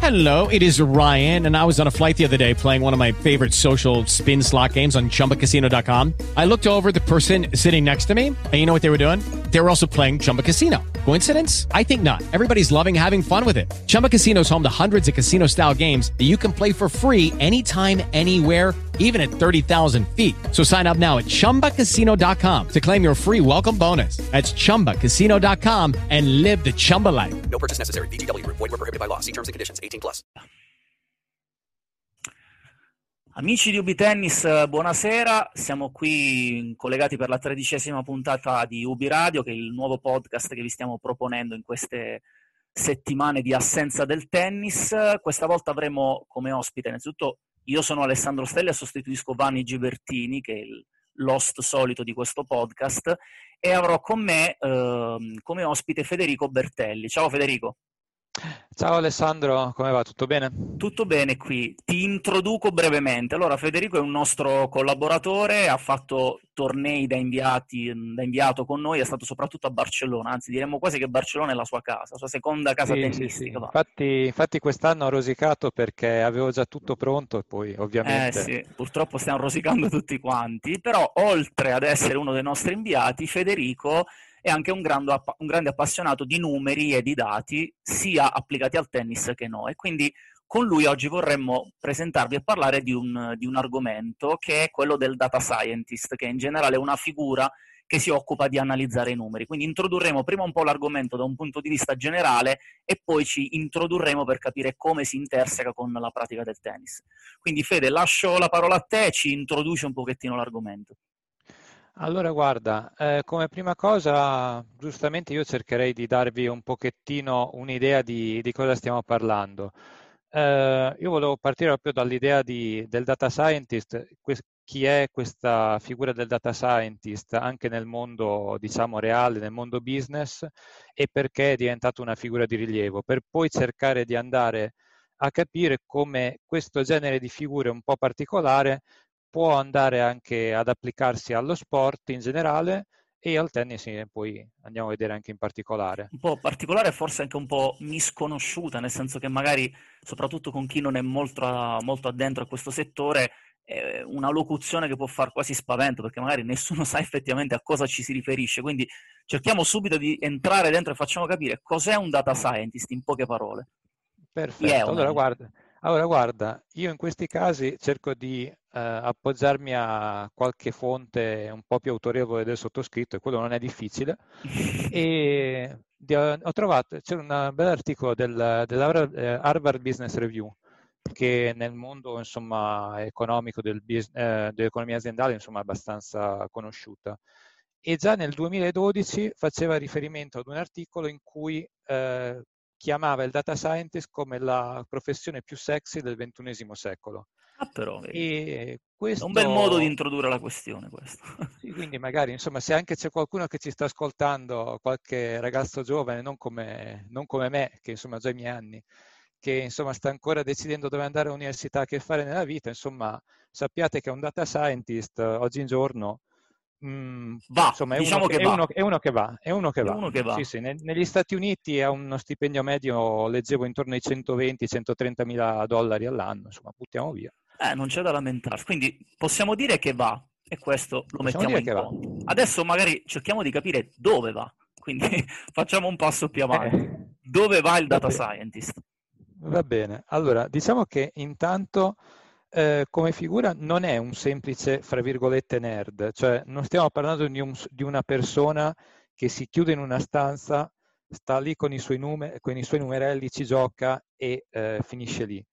Hello, it is Ryan, and I was on a flight the other day playing one of my favorite social spin slot games on ChumbaCasino.com. I looked over at the person sitting next to me, and you know what they were doing? They were also playing Chumba Casino. Coincidence? I think not. Everybody's loving having fun with it. Chumba Casino is home to hundreds of casino-style games that you can play for free anytime, anywhere, even at 30,000 feet. So sign up now at ChumbaCasino.com to claim your free welcome bonus. That's ChumbaCasino.com and live the Chumba life. No purchase necessary. VGW Group. Void where prohibited by law. See terms and conditions. 18+. Amici di Ubi Tennis, buonasera. Siamo qui collegati per la 13ª puntata di Ubi Radio, che è il nuovo podcast che vi stiamo proponendo in queste settimane di assenza del tennis. Questa volta avremo come ospite, innanzitutto, io sono Alessandro Stelli e sostituisco Vanni Gibertini, che è l'host solito di questo podcast, e avrò con me come ospite Federico Bertelli. Ciao Federico. Ciao Alessandro, come va? Tutto bene? Tutto bene qui. Ti introduco brevemente. Allora, Federico è un nostro collaboratore, ha fatto tornei da inviato con noi, è stato soprattutto a Barcellona, anzi diremmo quasi che Barcellona è la sua casa, la sua seconda casa tennistica. Sì. Infatti quest'anno ho rosicato perché avevo già tutto pronto e poi ovviamente... Sì, purtroppo stiamo rosicando tutti quanti, però oltre ad essere uno dei nostri inviati, Federico è anche un grande appassionato di numeri e di dati, sia applicati al tennis che no. E quindi con lui oggi vorremmo presentarvi e parlare di un argomento che è quello del data scientist, che in generale è una figura che si occupa di analizzare i numeri. Quindi introdurremo prima un po' l'argomento da un punto di vista generale e poi ci introdurremo per capire come si interseca con la pratica del tennis. Quindi Fede, lascio la parola a te, ci introduci un pochettino l'argomento. Allora guarda, come prima cosa, giustamente io cercherei di darvi un pochettino un'idea di cosa stiamo parlando. Io volevo partire proprio dall'idea del data scientist, chi è questa figura del data scientist anche nel mondo, diciamo, reale, nel mondo business, e perché è diventata una figura di rilievo, per poi cercare di andare a capire come questo genere di figure un po' particolare può andare anche ad applicarsi allo sport in generale e al tennis, poi andiamo a vedere anche in particolare. Un po' particolare e forse anche un po' misconosciuta, nel senso che magari, soprattutto con chi non è molto addentro a questo settore, è una locuzione che può far quasi spavento, perché magari nessuno sa effettivamente a cosa ci si riferisce. Quindi cerchiamo subito di entrare dentro e facciamo capire cos'è un data scientist in poche parole. Perfetto, allora guarda, io in questi casi cerco di appoggiarmi a qualche fonte un po' più autorevole del sottoscritto, e quello non è difficile, e ho trovato, c'è un bell'articolo della Harvard Business Review, che nel mondo, insomma, economico dell'economia aziendale, insomma, è abbastanza conosciuta. E già nel 2012 faceva riferimento ad un articolo in cui chiamava il data scientist come la professione più sexy del XXI secolo. Ah, però, E questo è un bel modo di introdurre la questione, questo. Sì, quindi magari, insomma, se anche c'è qualcuno che ci sta ascoltando, qualche ragazzo giovane, non come me, che insomma ha già i miei anni, che insomma sta ancora decidendo dove andare all'università, che fare nella vita, insomma, sappiate che un data scientist oggigiorno insomma, è uno che va. Sì, negli Stati Uniti ha uno stipendio medio, leggevo, intorno ai 120-130 mila dollari all'anno, insomma, buttiamo via. Non c'è da lamentarsi, quindi possiamo dire che va, e questo lo mettiamo in conto. Adesso magari cerchiamo di capire dove va, quindi facciamo un passo più avanti. Dove va il data scientist? Va bene, allora diciamo che intanto come figura non è un semplice, fra virgolette, nerd, cioè non stiamo parlando di una persona che si chiude in una stanza, sta lì con i suoi numerelli, ci gioca e finisce lì.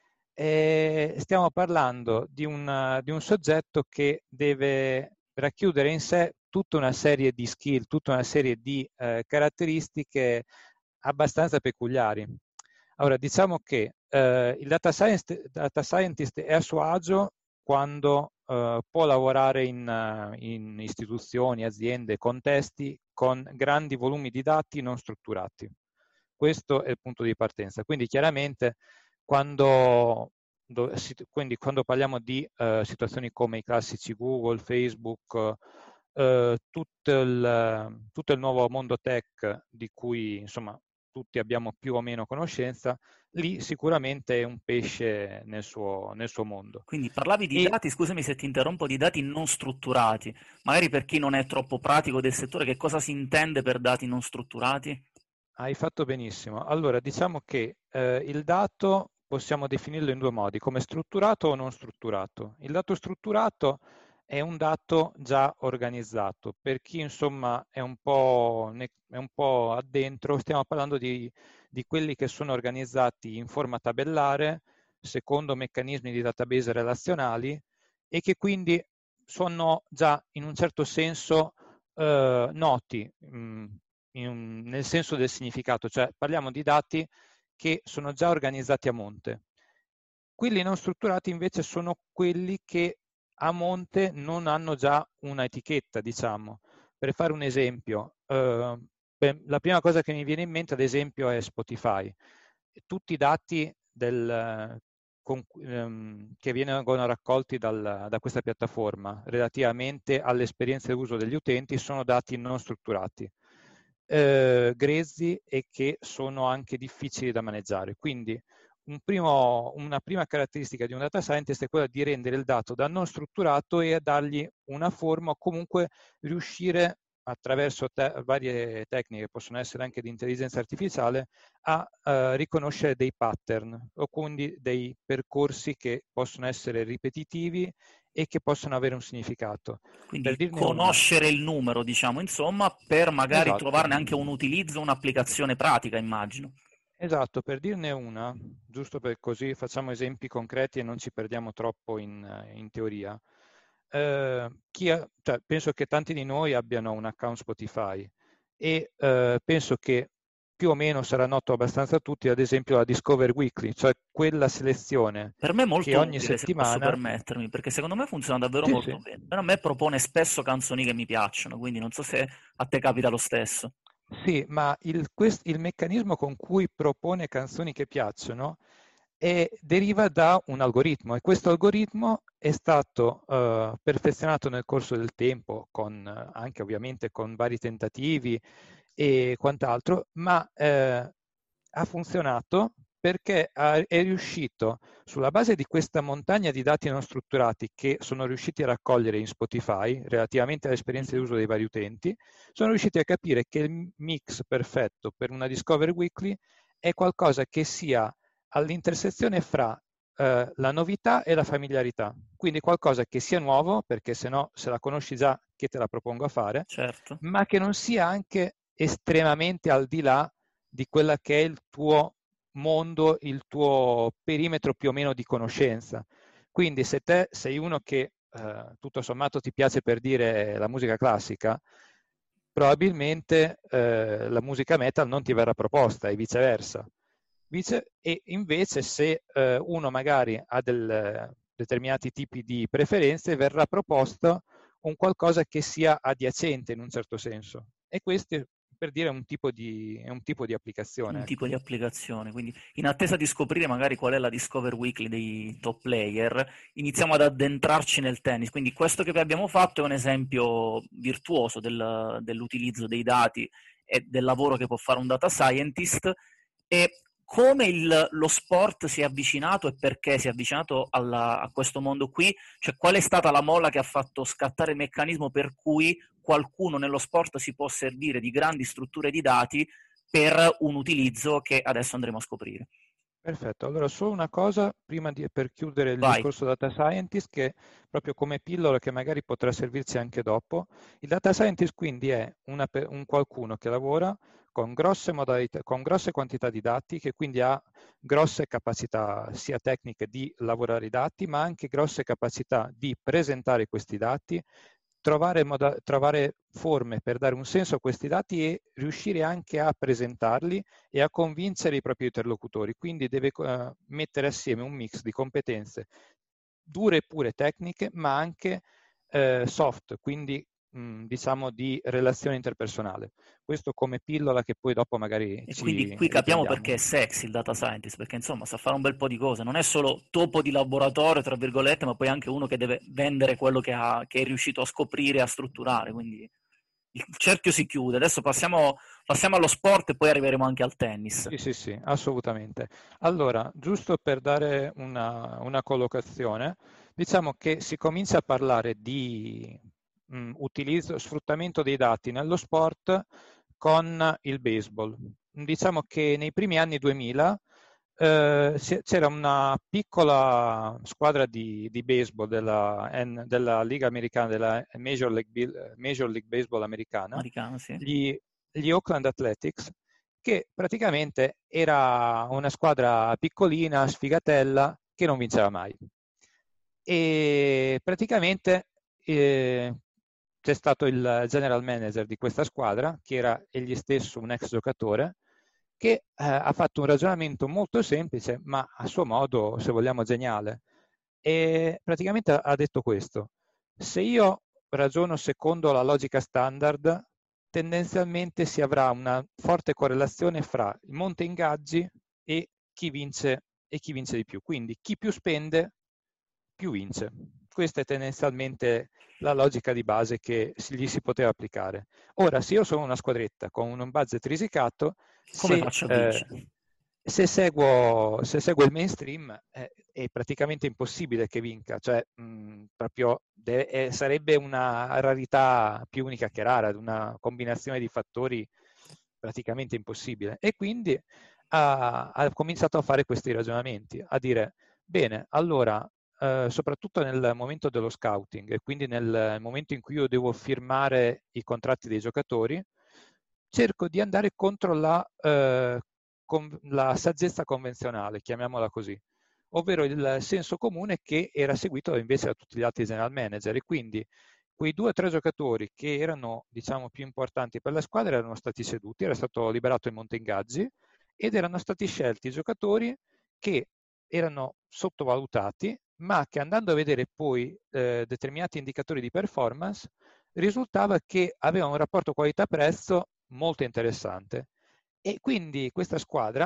Stiamo parlando di un soggetto che deve racchiudere in sé tutta una serie di skill, tutta una serie di caratteristiche abbastanza peculiari. Allora, diciamo che il data scientist è a suo agio quando può lavorare in istituzioni, aziende, contesti con grandi volumi di dati non strutturati. Questo è il punto di partenza. Quindi chiaramente quando parliamo di situazioni come i classici Google, Facebook, tutto il nuovo mondo tech di cui insomma tutti abbiamo più o meno conoscenza, lì sicuramente è un pesce nel suo mondo. Quindi parlavi di E dati, scusami se ti interrompo, di dati non strutturati. Magari per chi non è troppo pratico del settore, che cosa si intende per dati non strutturati? hai fatto benissimo. Allora, diciamo che il dato possiamo definirlo in due modi, come strutturato o non strutturato. Il dato strutturato è un dato già organizzato. Per chi insomma è un po' addentro, stiamo parlando di quelli che sono organizzati in forma tabellare, secondo meccanismi di database relazionali e che quindi sono già in un certo senso noti nel senso del significato, cioè parliamo di dati che sono già organizzati a monte. Quelli non strutturati invece sono quelli che a monte non hanno già una etichetta, diciamo. Per fare un esempio, la prima cosa che mi viene in mente ad esempio è Spotify. Tutti i dati che vengono raccolti da questa piattaforma relativamente all'esperienza di uso degli utenti sono dati non strutturati, grezzi e che sono anche difficili da maneggiare. Quindi una prima caratteristica di un data scientist è quella di rendere il dato da non strutturato e a dargli una forma o comunque riuscire attraverso varie tecniche, possono essere anche di intelligenza artificiale, a riconoscere dei pattern o quindi dei percorsi che possono essere ripetitivi e che possono avere un significato. Quindi Per dirne una, conoscere il numero, diciamo, insomma, per magari esatto, trovarne anche un utilizzo, un'applicazione pratica, immagino. esatto, per dirne una, giusto per così facciamo esempi concreti e non ci perdiamo troppo in teoria. Penso che tanti di noi abbiano un account Spotify e penso che più o meno sarà noto abbastanza a tutti, ad esempio, la Discover Weekly, cioè quella selezione Per me è che molto ogni utile, se posso settimana... permettermi, perché secondo me funziona davvero Sì, molto sì. bene. Però a me propone spesso canzoni che mi piacciono, quindi non so se a te capita lo stesso. Sì, ma il meccanismo con cui propone canzoni che piacciono deriva da un algoritmo e questo algoritmo è stato perfezionato nel corso del tempo, anche ovviamente con vari tentativi e quant'altro, ma ha funzionato perché è riuscito, sulla base di questa montagna di dati non strutturati che sono riusciti a raccogliere in Spotify relativamente all'esperienza di uso dei vari utenti, sono riusciti a capire che il mix perfetto per una Discover Weekly è qualcosa che sia all'intersezione fra la novità e la familiarità. Quindi qualcosa che sia nuovo, perché se no, se la conosci già, che te la propongo a fare, Certo. ma che non sia anche estremamente al di là di quella che è il tuo mondo, il tuo perimetro più o meno di conoscenza. Quindi se te sei uno che tutto sommato ti piace per dire la musica classica, probabilmente la musica metal non ti verrà proposta e viceversa. E invece se uno magari ha determinati tipi di preferenze, verrà proposto un qualcosa che sia adiacente in un certo senso. E questo per dire è un tipo di Un applicazione, tipo ecco. di applicazione. Quindi, in attesa di scoprire magari qual è la Discover Weekly dei top player, iniziamo ad addentrarci nel tennis. Quindi, questo che vi abbiamo fatto è un esempio virtuoso dell'utilizzo dei dati e del lavoro che può fare un data scientist. E come lo sport si è avvicinato e perché si è avvicinato a questo mondo qui, cioè qual è stata la molla che ha fatto scattare il meccanismo per cui qualcuno nello sport si può servire di grandi strutture di dati per un utilizzo che adesso andremo a scoprire. Perfetto, allora solo una cosa per chiudere il Vai. discorso data scientist, che proprio come pillola che magari potrà servirci anche dopo. Il data scientist quindi è un qualcuno che lavora con grosse modalità, con grosse quantità di dati, che quindi ha grosse capacità sia tecniche di lavorare i dati, ma anche grosse capacità di presentare questi dati, trovare forme per dare un senso a questi dati e riuscire anche a presentarli e a convincere i propri interlocutori. Quindi deve mettere assieme un mix di competenze dure e pure tecniche, ma anche soft, quindi diciamo di relazione interpersonale. Questo come pillola che poi dopo magari E quindi ci qui capiamo perché riprendiamo. è sexy il data scientist, perché insomma sa fare un bel po' di cose, non è solo topo di laboratorio, tra virgolette, ma poi anche uno che deve vendere quello che è riuscito a scoprire e a strutturare, quindi il cerchio si chiude. Adesso passiamo allo sport e poi arriveremo anche al tennis. Sì, assolutamente. Allora, giusto per dare una collocazione, diciamo che si comincia a parlare di utilizzo, sfruttamento dei dati nello sport con il baseball. Diciamo che nei primi anni 2000 c'era una piccola squadra di baseball della Liga Americana, della Major League Baseball americana, Americano, sì. gli Oakland Athletics, che praticamente era una squadra piccolina, sfigatella, che non vinceva mai. E praticamente c'è stato il general manager di questa squadra, che era egli stesso un ex giocatore, che ha fatto un ragionamento molto semplice, ma a suo modo, se vogliamo, geniale. E praticamente ha detto questo: se io ragiono secondo la logica standard, tendenzialmente si avrà una forte correlazione fra il monte ingaggi e chi vince di più. Quindi chi più spende, più vince. Questa è tendenzialmente la logica di base che gli si poteva applicare. Ora, se io sono una squadretta con un budget risicato, Come faccio a vincere? se seguo il mainstream è praticamente impossibile che vinca, cioè proprio sarebbe una rarità più unica che rara, una combinazione di fattori praticamente impossibile. E quindi ha cominciato a fare questi ragionamenti, a dire, bene, allora, soprattutto nel momento dello scouting e quindi nel momento in cui io devo firmare i contratti dei giocatori, cerco di andare contro la saggezza convenzionale, chiamiamola così, ovvero il senso comune che era seguito invece da tutti gli altri general manager. E quindi quei 2 o 3 giocatori che erano, diciamo, più importanti per la squadra erano stati ceduti, era stato liberato il monte ingaggi ed erano stati scelti giocatori che erano sottovalutati, ma che, andando a vedere poi determinati indicatori di performance, risultava che avevano un rapporto qualità-prezzo molto interessante. E quindi questa squadra,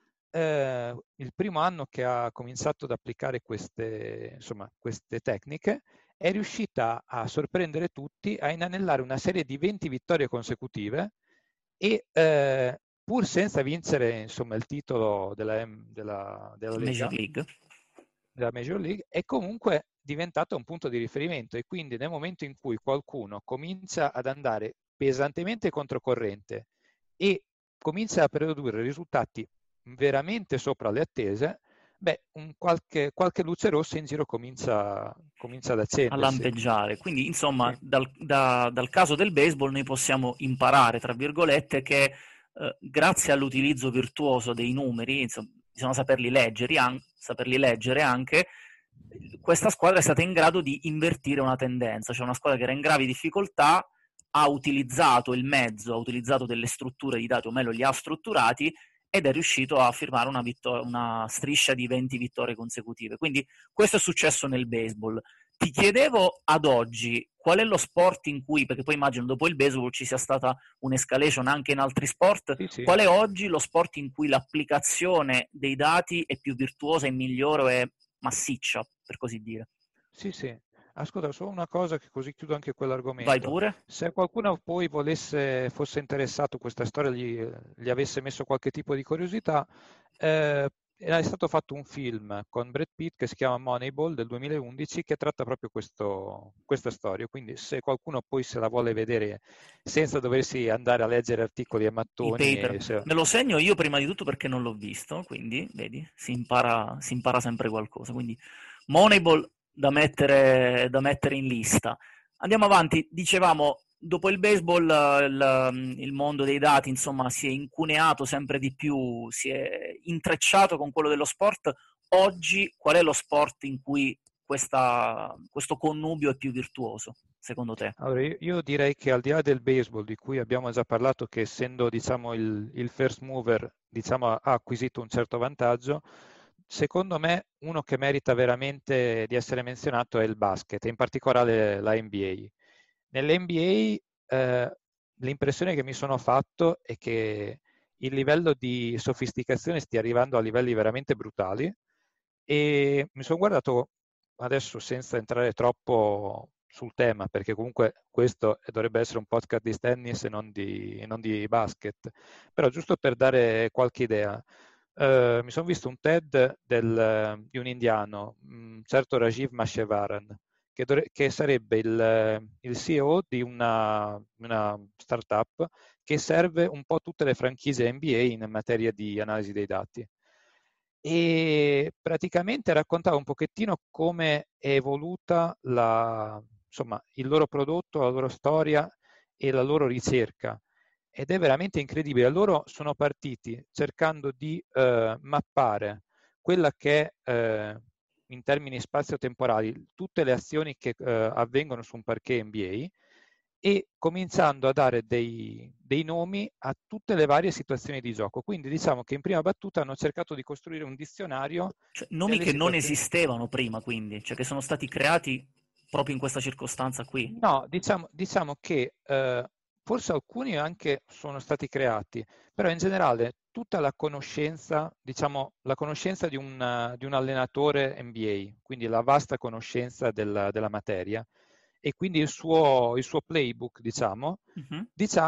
il primo anno che ha cominciato ad applicare queste tecniche, è riuscita a sorprendere tutti, a inanellare una serie di 20 vittorie consecutive e pur senza vincere, insomma, il titolo della Lega, Major League. della Major League, è comunque diventato un punto di riferimento. E quindi nel momento in cui qualcuno comincia ad andare pesantemente controcorrente e comincia a produrre risultati veramente sopra le attese, beh, qualche luce rossa in giro comincia ad A accendersi. lampeggiare. Quindi, insomma, Sì, dal caso del baseball noi possiamo imparare, tra virgolette, che grazie all'utilizzo virtuoso dei numeri, insomma, bisogna saperli leggere anche, questa squadra è stata in grado di invertire una tendenza, cioè una squadra che era in gravi difficoltà ha utilizzato il mezzo, ha utilizzato delle strutture di dati, o meglio li ha strutturati, ed è riuscito a firmare una striscia di 20 vittorie consecutive. Quindi questo è successo nel baseball. Ti chiedevo ad oggi qual è lo sport in cui, perché poi immagino dopo il baseball ci sia stata un'escalation anche in altri sport, sì. qual è oggi lo sport in cui l'applicazione dei dati è più virtuosa, è migliore, è massiccia, per così dire? Sì. Ascolta, solo una cosa, che così chiudo anche Vai quell'argomento. pure. Se qualcuno poi fosse interessato, questa storia gli avesse messo qualche tipo di curiosità, è stato fatto un film con Brad Pitt che si chiama Moneyball del 2011, che tratta proprio questa storia. Quindi se qualcuno poi se la vuole vedere senza doversi andare a leggere articoli e I mattoni, paper. Me lo segno io prima di tutto perché non l'ho visto, quindi vedi, si impara sempre qualcosa. Quindi Moneyball da mettere in lista. Andiamo avanti, dicevamo, dopo il baseball il mondo dei dati insomma si è incuneato sempre di più, si è intrecciato con quello dello sport. Oggi qual è lo sport in cui questo connubio è più virtuoso, secondo te? Allora, io direi che, al di là del baseball, di cui abbiamo già parlato, che essendo, diciamo, il first mover, diciamo, ha acquisito un certo vantaggio, secondo me uno che merita veramente di essere menzionato è il basket, e in particolare la NBA. Nell'NBA l'impressione che mi sono fatto è che il livello di sofisticazione stia arrivando a livelli veramente brutali, e mi sono guardato adesso, senza entrare troppo sul tema, perché comunque questo dovrebbe essere un podcast di tennis e non di basket, però giusto per dare qualche idea. Mi sono visto un TED di un indiano, un certo Rajiv Maheshwaran, che sarebbe il CEO di una startup che serve un po' tutte le franchigie NBA in materia di analisi dei dati. E praticamente raccontava un pochettino come è evoluta insomma, il loro prodotto, la loro storia e la loro ricerca. Ed è veramente incredibile. Loro sono partiti cercando di mappare quella che è, in termini spazio-temporali, tutte le azioni che avvengono su un parquet NBA e cominciando a dare dei nomi a tutte le varie situazioni di gioco. Quindi diciamo che in prima battuta hanno cercato di costruire un dizionario Cioè, nomi delle che non situazioni. esistevano prima, quindi, cioè che sono stati creati proprio in questa circostanza qui. No, diciamo che forse alcuni anche sono stati creati, però in generale tutta la conoscenza, diciamo, la conoscenza di un allenatore NBA, quindi la vasta conoscenza della materia e quindi il suo playbook, Mhm.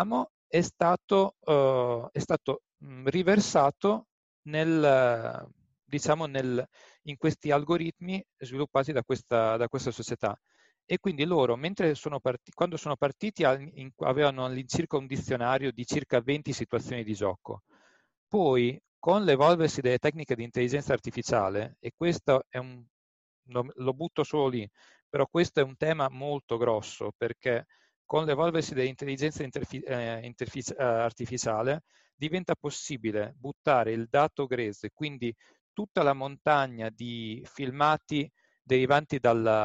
è stato riversato diciamo, in questi algoritmi sviluppati da questa società. E quindi loro, quando sono partiti, avevano all'incirca un dizionario di circa 20 situazioni di gioco. Poi, con l'evolversi delle tecniche di intelligenza artificiale, e questo lo butto solo lì, però questo è un tema molto grosso, perché con l'evolversi dell'intelligenza artificiale diventa possibile buttare il dato grezzo, quindi tutta la montagna di filmati derivanti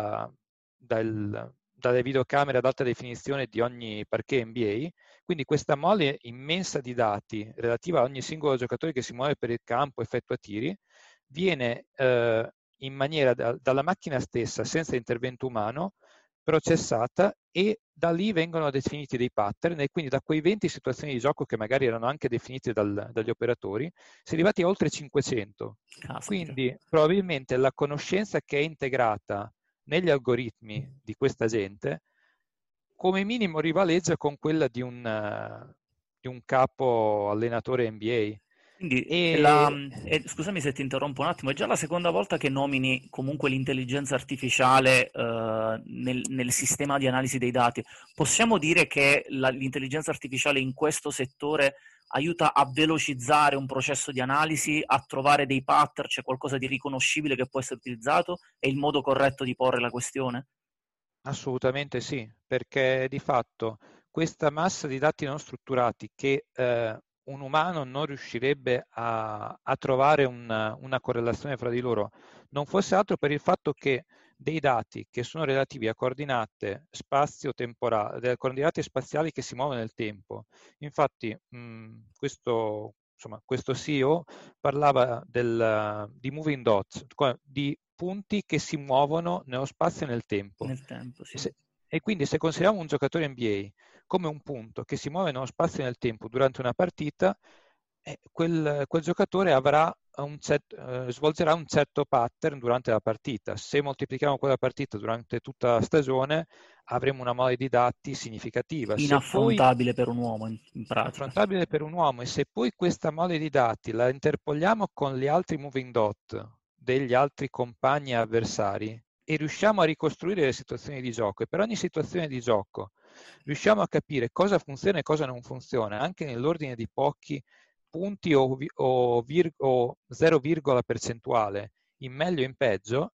dalle videocamere ad alta definizione di ogni parquet NBA, quindi questa mole immensa di dati relativa a ogni singolo giocatore che si muove per il campo, effettua tiri, viene in maniera dalla macchina stessa, senza intervento umano, processata e da lì vengono definiti dei pattern e quindi da quei 20 situazioni di gioco che magari erano anche definite dagli operatori, si è arrivati a oltre 500. Caspita. Quindi probabilmente la conoscenza che è integrata negli algoritmi di questa gente come minimo rivaleggia con quella di un capo allenatore NBA. Quindi, E scusami se ti interrompo un attimo, è già la seconda volta che nomini comunque l'intelligenza artificiale nel sistema di analisi dei dati. Possiamo dire che l'intelligenza artificiale in questo settore aiuta a velocizzare un processo di analisi, a trovare dei pattern, c'è qualcosa di riconoscibile che può essere utilizzato? È il modo corretto di porre la questione? assolutamente sì, perché di fatto questa massa di dati non strutturati che un umano non riuscirebbe a trovare una correlazione fra di loro, non fosse altro per il fatto che dei dati che sono relativi a coordinate spazio-temporali, delle coordinate spaziali che si muovono nel tempo. Infatti, questo CEO parlava di moving dots, di punti che si muovono nello spazio e nel tempo. Nel tempo, sì. E quindi se consideriamo un giocatore NBA come un punto che si muove nello spazio e nel tempo durante una partita, quel giocatore svolgerà un certo pattern durante la partita. Se moltiplichiamo quella partita durante tutta la stagione, avremo una mole di dati significativa. Se poi Inaffrontabile per un uomo, in pratica. affrontabile per un uomo e se poi questa mole di dati la interpoliamo con gli altri moving dot degli altri compagni avversari e riusciamo a ricostruire le situazioni di gioco e per ogni situazione di gioco riusciamo a capire cosa funziona e cosa non funziona anche nell'ordine di pochi punti o 0, percentuale in meglio o in peggio,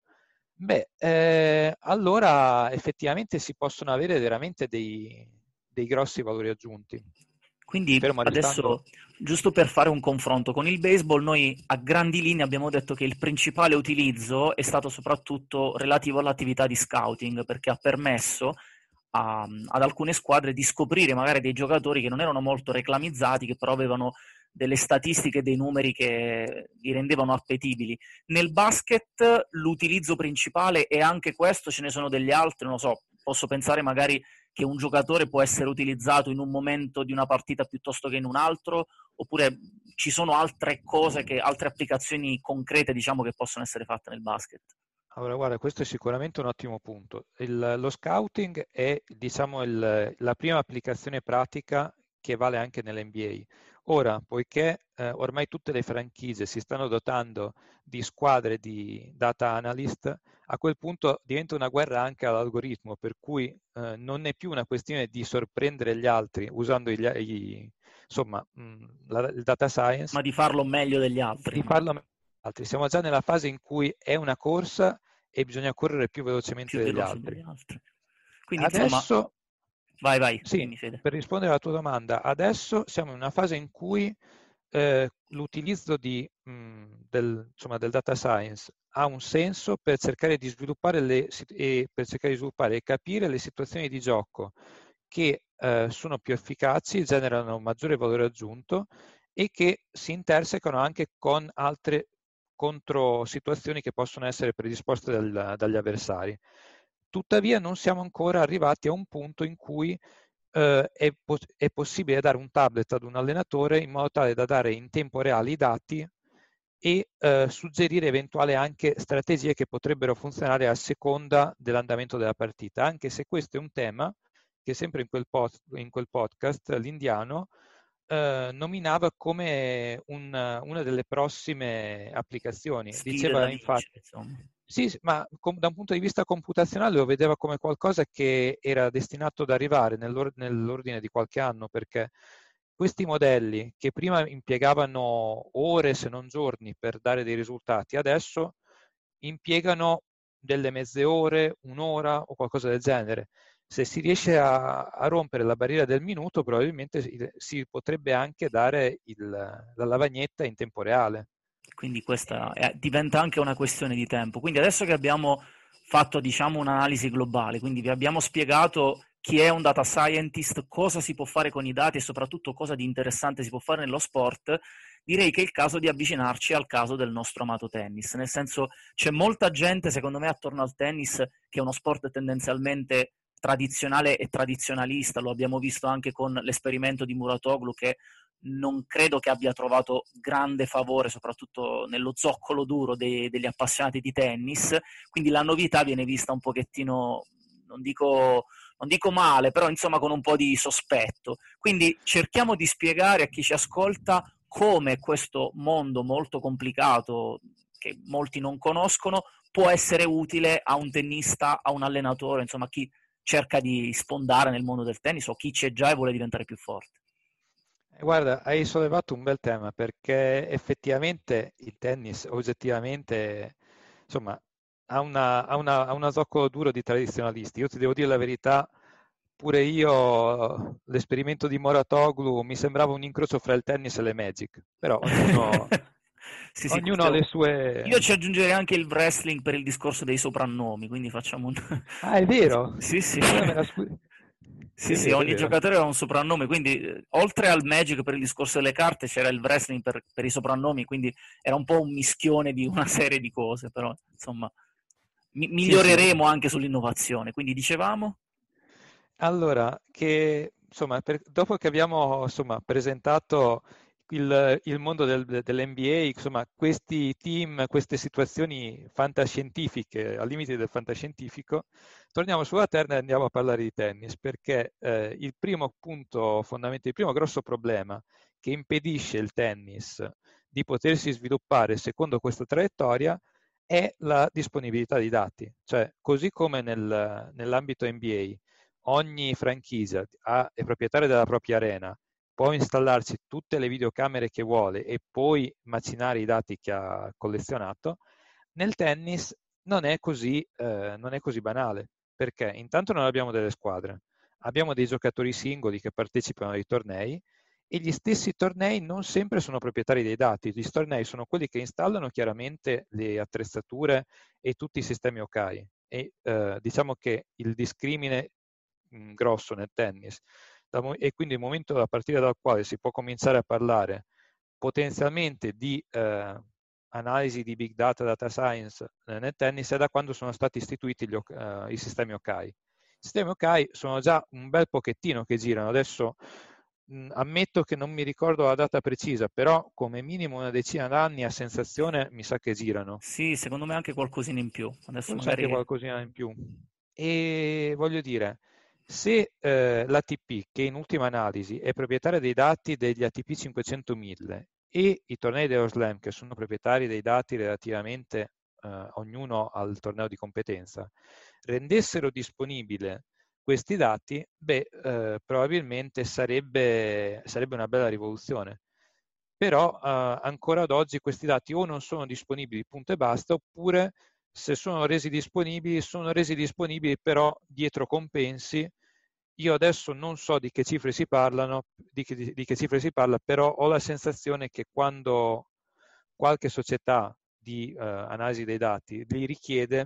allora effettivamente si possono avere veramente dei grossi valori aggiunti. Quindi Fermo restando. adesso, giusto per fare un confronto con il baseball, noi a grandi linee abbiamo detto che il principale utilizzo è stato soprattutto relativo all'attività di scouting, perché ha permesso ad alcune squadre di scoprire magari dei giocatori che non erano molto reclamizzati, che però avevano delle statistiche, dei numeri che li rendevano appetibili. Nel basket l'utilizzo principale è anche questo, ce ne sono degli altri, non lo so, posso pensare magari che un giocatore può essere utilizzato in un momento di una partita piuttosto che in un altro, oppure ci sono altre cose, altre applicazioni concrete, diciamo, che possono essere fatte nel basket? Allora, guarda, questo è sicuramente un ottimo punto. Lo scouting è, diciamo, la prima applicazione pratica che vale anche nell'NBA. Ora, poiché ormai tutte le franchigie si stanno dotando di squadre di data analyst, a quel punto diventa una guerra anche all'algoritmo, per cui non è più una questione di sorprendere gli altri usando insomma, il data science, Ma di farlo meglio degli altri. di farlo meglio degli altri. Siamo già nella fase in cui è una corsa e bisogna correre più velocemente Più degli veloce altri. degli altri. Quindi insomma, Adesso, vai, sì, dimmi Fede. per rispondere alla tua domanda, adesso siamo in una fase in cui l'utilizzo insomma, del data science ha un senso per cercare di sviluppare e capire le situazioni di gioco che sono più efficaci, generano un maggiore valore aggiunto e che si intersecano anche con altre controsituazioni che possono essere predisposte dagli avversari. Tuttavia non siamo ancora arrivati a un punto in cui è possibile dare un tablet ad un allenatore in modo tale da dare in tempo reale i dati e suggerire eventuali anche strategie che potrebbero funzionare a seconda dell'andamento della partita, anche se questo è un tema che sempre in quel podcast l'indiano nominava come una delle prossime applicazioni. Sfide da Diceva vincere, infatti, insomma. sì, ma da un punto di vista computazionale lo vedeva come qualcosa che era destinato ad arrivare nell'ordine di qualche anno, perché questi modelli che prima impiegavano ore se non giorni per dare dei risultati, adesso impiegano delle mezze ore, un'ora o qualcosa del genere. Se si riesce a rompere la barriera del minuto, probabilmente si potrebbe anche dare la lavagnetta in tempo reale. Quindi questa diventa anche una questione di tempo. Quindi adesso che abbiamo fatto, diciamo, un'analisi globale, quindi vi abbiamo spiegato chi è un data scientist, cosa si può fare con i dati e soprattutto cosa di interessante si può fare nello sport, direi che è il caso di avvicinarci al caso del nostro amato tennis. Nel senso, c'è molta gente, secondo me, attorno al tennis, che è uno sport tendenzialmente tradizionale e tradizionalista. Lo abbiamo visto anche con l'esperimento di Muratoglu, che non credo che abbia trovato grande favore, soprattutto nello zoccolo duro degli appassionati di tennis, quindi la novità viene vista un pochettino, non dico male, però insomma con un po' di sospetto. Quindi cerchiamo di spiegare a chi ci ascolta come questo mondo molto complicato, che molti non conoscono, può essere utile a un tennista, a un allenatore, insomma a chi cerca di sfondare nel mondo del tennis o chi c'è già e vuole diventare più forte. Guarda, hai sollevato un bel tema perché effettivamente il tennis oggettivamente, insomma, ha una zoccolo duro di tradizionalisti. Io ti devo dire la verità, pure io l'esperimento di Moratoglu mi sembrava un incrocio fra il tennis e le Magic, però ognuno, Sì, ognuno ha le io sue... ci aggiungerei anche il wrestling per il discorso dei soprannomi, quindi facciamo un... Ah, è vero? Sì, sì. Allora Sì, È sì, vero, è ogni vero. giocatore ha un soprannome, quindi oltre al Magic per il discorso delle carte c'era il wrestling per i soprannomi, quindi era un po' un mischione di una serie di cose, però insomma Sì, sì. miglioreremo anche sull'innovazione. Quindi dicevamo? Allora, che insomma, dopo che abbiamo insomma, presentato il mondo dell'NBA, insomma, questi team, queste situazioni fantascientifiche, al limite del fantascientifico, torniamo sulla terra e andiamo a parlare di tennis, perché il primo punto fondamentale, il primo grosso problema che impedisce il tennis di potersi sviluppare secondo questa traiettoria è la disponibilità di dati. Cioè, così come nell'ambito NBA, ogni franchigia è proprietaria della propria arena, può installarci tutte le videocamere che vuole e poi macinare i dati che ha collezionato, nel tennis non è così banale, perché intanto non abbiamo delle squadre, abbiamo dei giocatori singoli che partecipano ai tornei e gli stessi tornei non sempre sono proprietari dei dati, gli tornei sono quelli che installano chiaramente le attrezzature e tutti i sistemi OK. E diciamo che il discrimine grosso nel tennis e quindi il momento a partire dal quale si può cominciare a parlare potenzialmente di analisi di big data, data science nel tennis è da quando sono stati istituiti i sistemi OK. I sistemi OK sono già un bel pochettino che girano, adesso ammetto che non mi ricordo la data precisa, però come minimo una decina d'anni a sensazione mi sa che girano. Sì, secondo me anche qualcosina in più. Adesso Forse anche magari... qualcosina in più. E voglio dire, se l'ATP, che in ultima analisi è proprietaria dei dati degli ATP 500.000 e i tornei dello Slam, che sono proprietari dei dati relativamente ognuno al torneo di competenza, rendessero disponibile questi dati, probabilmente sarebbe una bella rivoluzione. Però ancora ad oggi questi dati o non sono disponibili, punto e basta, oppure se sono resi disponibili però dietro compensi. Io adesso non so di che cifre si parlano, di che cifre si parla, però ho la sensazione che quando qualche società di analisi dei dati li richiede,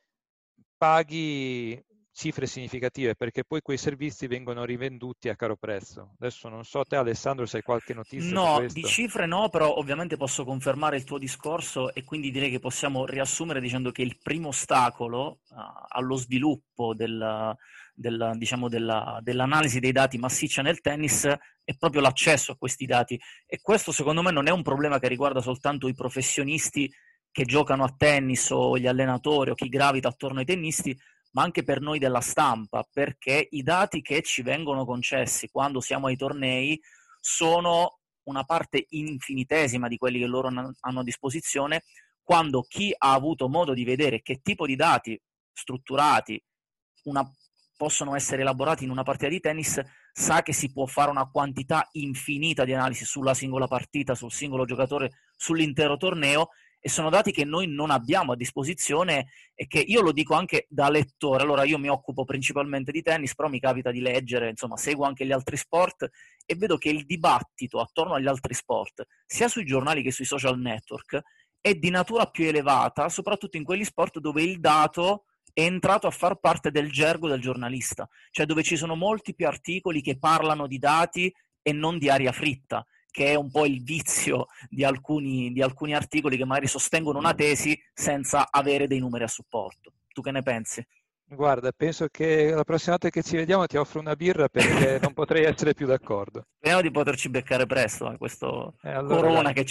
paghi cifre significative, perché poi quei servizi vengono rivenduti a caro prezzo. Adesso non so te, Alessandro, se hai qualche notizia su No, di questo. cifre no, però ovviamente posso confermare il tuo discorso e quindi direi che possiamo riassumere dicendo che il primo ostacolo allo sviluppo diciamo dell'analisi dei dati massiccia nel tennis è proprio l'accesso a questi dati e questo secondo me non è un problema che riguarda soltanto i professionisti che giocano a tennis o gli allenatori o chi gravita attorno ai tennisti, ma anche per noi della stampa, perché i dati che ci vengono concessi quando siamo ai tornei sono una parte infinitesima di quelli che loro hanno a disposizione, quando chi ha avuto modo di vedere che tipo di dati strutturati possono essere elaborati in una partita di tennis sa che si può fare una quantità infinita di analisi sulla singola partita, sul singolo giocatore, sull'intero torneo e sono dati che noi non abbiamo a disposizione e che io lo dico anche da lettore. Allora io mi occupo principalmente di tennis, però mi capita di leggere, insomma seguo anche gli altri sport e vedo che il dibattito attorno agli altri sport, sia sui giornali che sui social network, è di natura più elevata, soprattutto in quegli sport dove il dato è entrato a far parte del gergo del giornalista, cioè dove ci sono molti più articoli che parlano di dati e non di aria fritta, che è un po' il vizio di alcuni articoli che magari sostengono una tesi senza avere dei numeri a supporto. Tu che ne pensi? Guarda, penso che la prossima volta che ci vediamo ti offro una birra perché non potrei essere più d'accordo. Speriamo di poterci beccare presto, questo Allora corona dai, che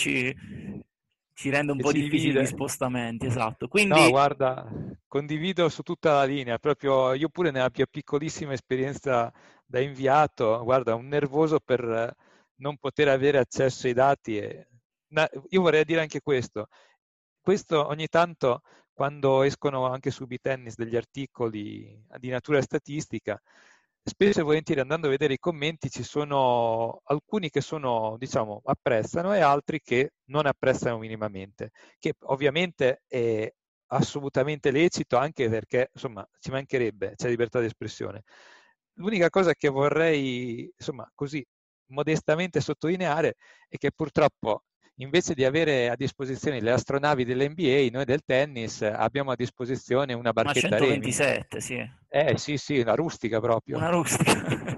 ci rende un che po' ci difficili gli divide. spostamenti, esatto. No, Quindi, guarda, condivido su tutta la linea, proprio io pure nella mia piccolissima esperienza da inviato, guarda, un nervoso per non poter avere accesso ai dati. Io vorrei dire anche questo ogni tanto quando escono anche su Bitennis degli articoli di natura statistica, spesso e volentieri andando a vedere i commenti ci sono alcuni che diciamo, apprezzano e altri che non apprezzano minimamente, che ovviamente è assolutamente lecito anche perché, insomma, ci mancherebbe, c'è libertà di espressione. L'unica cosa che vorrei, insomma, così modestamente sottolineare è che purtroppo invece di avere a disposizione le astronavi dell'NBA, noi del tennis abbiamo a disposizione una una barchetta remi. 127, sì. Sì, sì, una rustica proprio. Una rustica.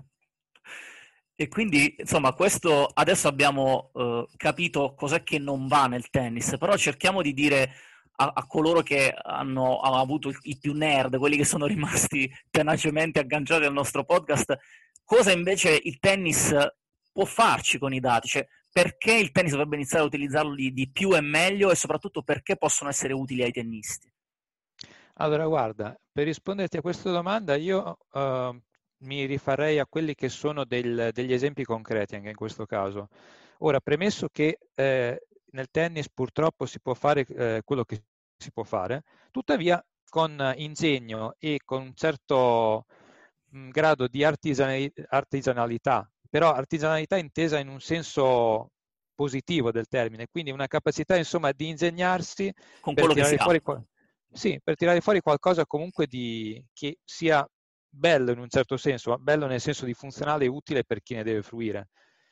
E quindi, insomma, questo adesso abbiamo capito cos'è che non va nel tennis, però cerchiamo di dire a coloro che hanno avuto i più nerd, quelli che sono rimasti tenacemente agganciati al nostro podcast, cosa invece il tennis può farci con i dati, cioè perché il tennis dovrebbe iniziare a utilizzarli di più e meglio e soprattutto perché possono essere utili ai tennisti. Allora, guarda, per risponderti a questa domanda io mi rifarei a quelli che sono degli esempi concreti anche in questo caso. Ora, premesso che nel tennis purtroppo si può fare quello che si può fare, tuttavia con ingegno e con un certo grado di artigianalità, però artigianalità intesa in un senso positivo del termine, quindi una capacità insomma di ingegnarsi Con per quello che si tirare ha. fuori, sì, per tirare fuori qualcosa comunque che sia bello in un certo senso, ma bello nel senso di funzionale e utile per chi ne deve fruire.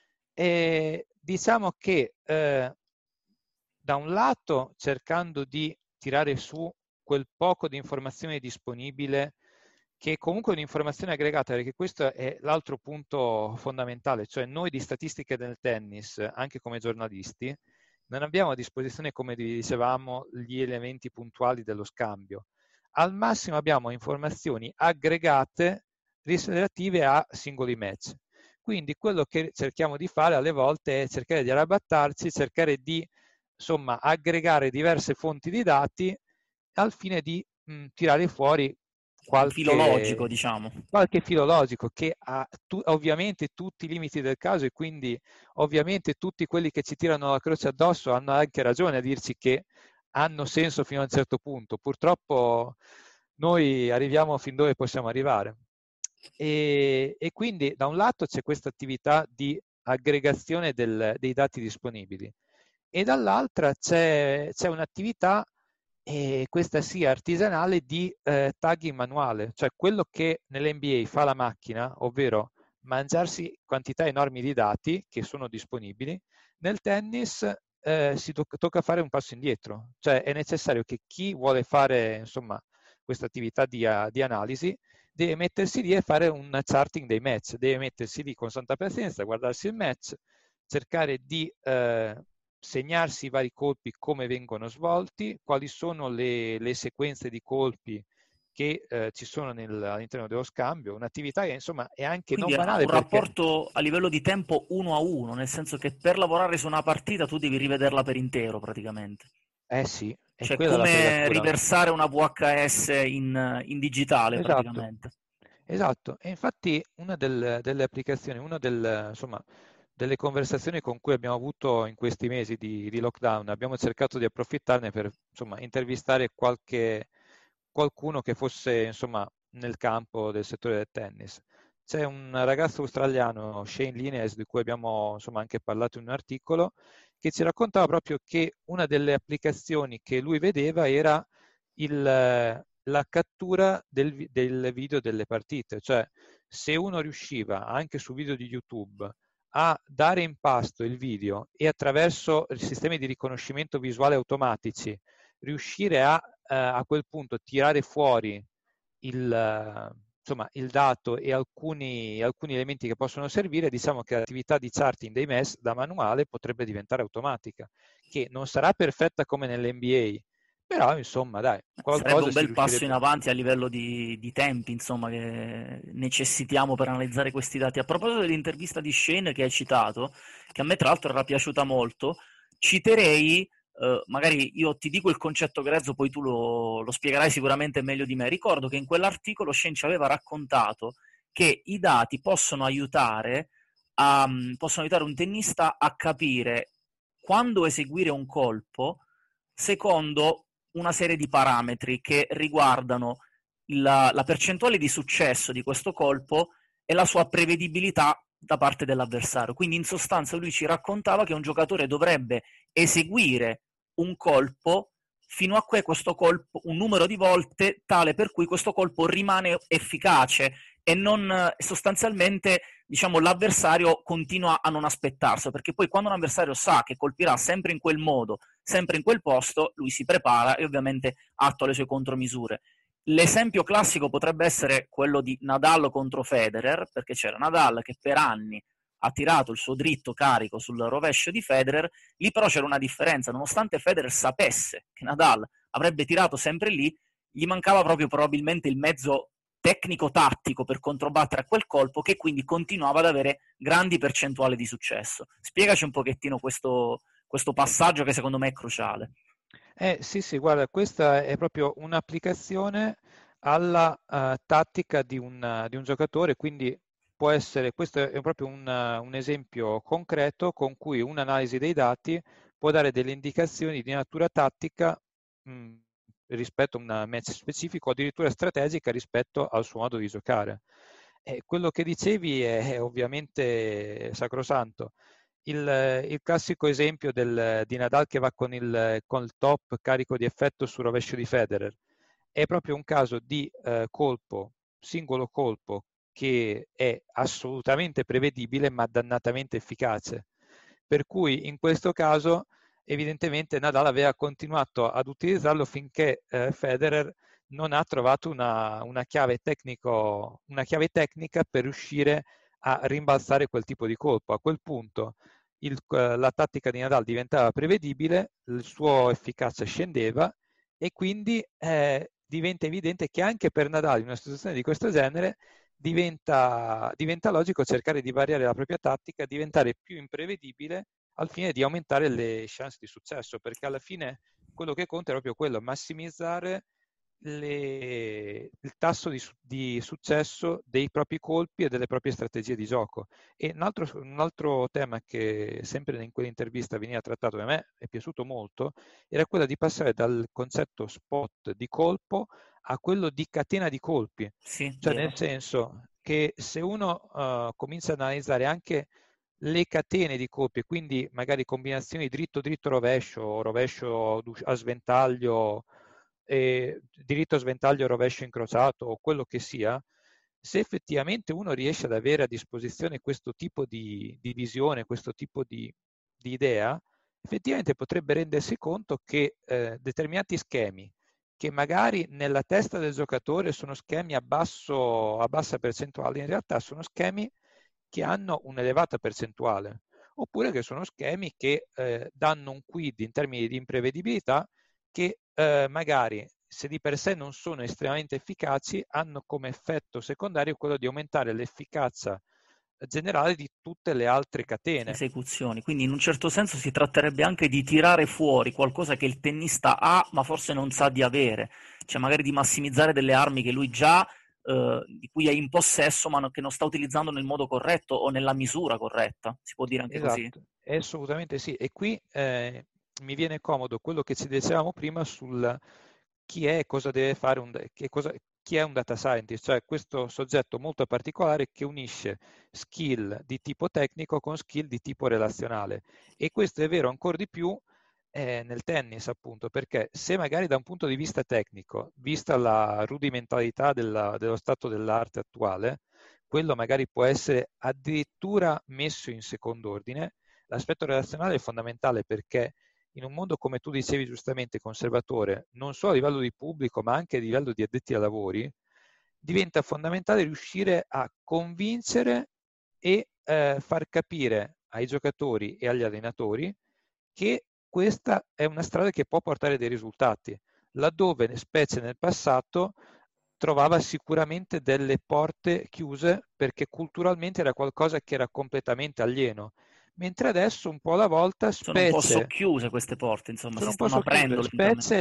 E diciamo che da un lato cercando di tirare su quel poco di informazione disponibile, che comunque è un'informazione aggregata, perché questo è l'altro punto fondamentale, cioè noi di statistiche del tennis, anche come giornalisti, non abbiamo a disposizione, come dicevamo, gli elementi puntuali dello scambio. Al massimo abbiamo informazioni aggregate relative a singoli match. quindi quello che cerchiamo di fare alle volte è cercare di arrabattarci, cercare di insomma aggregare diverse fonti di dati al fine di tirare fuori un filo logico, qualche, diciamo. qualche filo logico che ha ovviamente tutti i limiti del caso, e quindi ovviamente tutti quelli che ci tirano la croce addosso hanno anche ragione a dirci che hanno senso fino a un certo punto. Purtroppo noi arriviamo fin dove possiamo arrivare. E quindi da un lato c'è questa attività di aggregazione dei dati disponibili e dall'altra c'è un'attività, e questa sì artigianale, di tagging manuale, cioè quello che nell'NBA fa la macchina, ovvero mangiarsi quantità enormi di dati che sono disponibili. Nel tennis tocca fare un passo indietro, cioè è necessario che chi vuole fare insomma questa attività di analisi deve mettersi lì e fare un charting dei match, deve mettersi lì con santa pazienza, guardarsi il match, cercare di segnarsi i vari colpi, come vengono svolti, quali sono le sequenze di colpi che ci sono all'interno dello scambio, un'attività che insomma è anche Quindi non è banale un perché... rapporto a livello di tempo 1-1, nel senso che per lavorare su una partita tu devi rivederla per intero praticamente. Eh sì, è Cioè quella la come fregatura. riversare una VHS in digitale Esatto, praticamente. esatto. E infatti una delle applicazioni, insomma, delle conversazioni con cui abbiamo avuto in questi mesi di lockdown, abbiamo cercato di approfittarne per insomma, intervistare qualcuno che fosse insomma, nel campo del settore del tennis. C'è un ragazzo australiano, Shane Lines, di cui abbiamo insomma, anche parlato in un articolo, che ci raccontava proprio che una delle applicazioni che lui vedeva era la cattura del video delle partite, cioè se uno riusciva anche su video di YouTube a dare in pasto il video e attraverso sistemi di riconoscimento visuale automatici riuscire a quel punto tirare fuori insomma, il dato e alcuni elementi che possono servire, diciamo che l'attività di charting dei MES da manuale potrebbe diventare automatica, che non sarà perfetta come nell'NBA, però insomma dai, Sarebbe qualcosa un si bel passo in riuscirebbe. avanti a livello di tempi, insomma, che necessitiamo per analizzare questi dati. A proposito dell'intervista di Shane che hai citato, che a me tra l'altro era piaciuta molto, citerei, magari io ti dico il concetto grezzo, poi tu lo spiegherai sicuramente meglio di me. Ricordo che in quell'articolo Shane ci aveva raccontato che i dati possono aiutare un tennista a capire quando eseguire un colpo secondo una serie di parametri che riguardano la percentuale di successo di questo colpo e la sua prevedibilità da parte dell'avversario. Quindi in sostanza lui ci raccontava che un giocatore dovrebbe eseguire un colpo fino a che questo colpo, un numero di volte tale per cui questo colpo rimane efficace e non sostanzialmente diciamo l'avversario continua a non aspettarselo, perché poi quando un avversario sa che colpirà sempre in quel modo, sempre in quel posto, lui si prepara e ovviamente attua le sue contromisure. L'esempio classico potrebbe essere quello di Nadal contro Federer, perché c'era Nadal che per anni ha tirato il suo dritto carico sul rovescio di Federer, lì però c'era una differenza, nonostante Federer sapesse che Nadal avrebbe tirato sempre lì, gli mancava proprio probabilmente il mezzo tecnico-tattico per controbattere a quel colpo, che quindi continuava ad avere grandi percentuali di successo. Spiegaci un pochettino questo passaggio che secondo me è cruciale. Sì, sì, guarda, questa è proprio un'applicazione alla tattica di un giocatore, quindi può essere, questo è proprio un esempio concreto con cui un'analisi dei dati può dare delle indicazioni di natura tattica rispetto a un match specifico, o addirittura strategica rispetto al suo modo di giocare. Quello che dicevi è ovviamente sacrosanto. Il classico esempio di Nadal che va con il top carico di effetto sul rovescio di Federer è proprio un caso di singolo colpo che è assolutamente prevedibile ma dannatamente efficace. Per cui in questo caso evidentemente Nadal aveva continuato ad utilizzarlo finché Federer non ha trovato una chiave tecnica per riuscire a rimbalzare quel tipo di colpo. A quel punto la tattica di Nadal diventava prevedibile, il suo efficacia scendeva e quindi diventa evidente che anche per Nadal in una situazione di questo genere diventa logico cercare di variare la propria tattica, diventare più imprevedibile al fine di aumentare le chance di successo, perché alla fine quello che conta è proprio quello, massimizzare il tasso di successo dei propri colpi e delle proprie strategie di gioco. E un altro tema che sempre in quell'intervista veniva trattato, e a me è piaciuto molto, era quello di passare dal concetto spot di colpo a quello di catena di colpi. Sì, Cioè vero. nel senso che se uno comincia ad analizzare anche le catene di colpi, quindi magari combinazioni dritto rovescio, o rovescio a sventaglio, diritto a sventaglio rovescio incrociato o quello che sia, se effettivamente uno riesce ad avere a disposizione questo tipo di visione, questo tipo di idea, effettivamente potrebbe rendersi conto che determinati schemi che magari nella testa del giocatore sono schemi a bassa percentuale, in realtà sono schemi che hanno un'elevata percentuale, oppure che sono schemi che danno un quid in termini di imprevedibilità che magari se di per sé non sono estremamente efficaci, hanno come effetto secondario quello di aumentare l'efficacia generale di tutte le altre catene. Esecuzioni. Quindi in un certo senso si tratterebbe anche di tirare fuori qualcosa che il tennista ha, ma forse non sa di avere, cioè magari di massimizzare delle armi che lui già di cui è in possesso, ma che non sta utilizzando nel modo corretto o nella misura corretta. Si può dire anche così? Esatto, assolutamente sì. E qui mi viene comodo quello che ci dicevamo prima sul chi è e cosa deve fare, chi è un data scientist, cioè questo soggetto molto particolare che unisce skill di tipo tecnico con skill di tipo relazionale. E questo è vero ancora di più nel tennis, appunto, perché se magari da un punto di vista tecnico, vista la rudimentalità dello stato dell'arte attuale, quello magari può essere addirittura messo in secondo ordine, l'aspetto relazionale è fondamentale perché in un mondo, come tu dicevi giustamente, conservatore, non solo a livello di pubblico, ma anche a livello di addetti ai lavori, diventa fondamentale riuscire a convincere e far capire ai giocatori e agli allenatori che questa è una strada che può portare dei risultati, laddove, specie nel passato, trovava sicuramente delle porte chiuse perché culturalmente era qualcosa che era completamente alieno, mentre adesso un po' alla volta, Sono un po' specie socchiuse queste porte, insomma, sono si un po' stanno socchiuse, aprendo lentamente.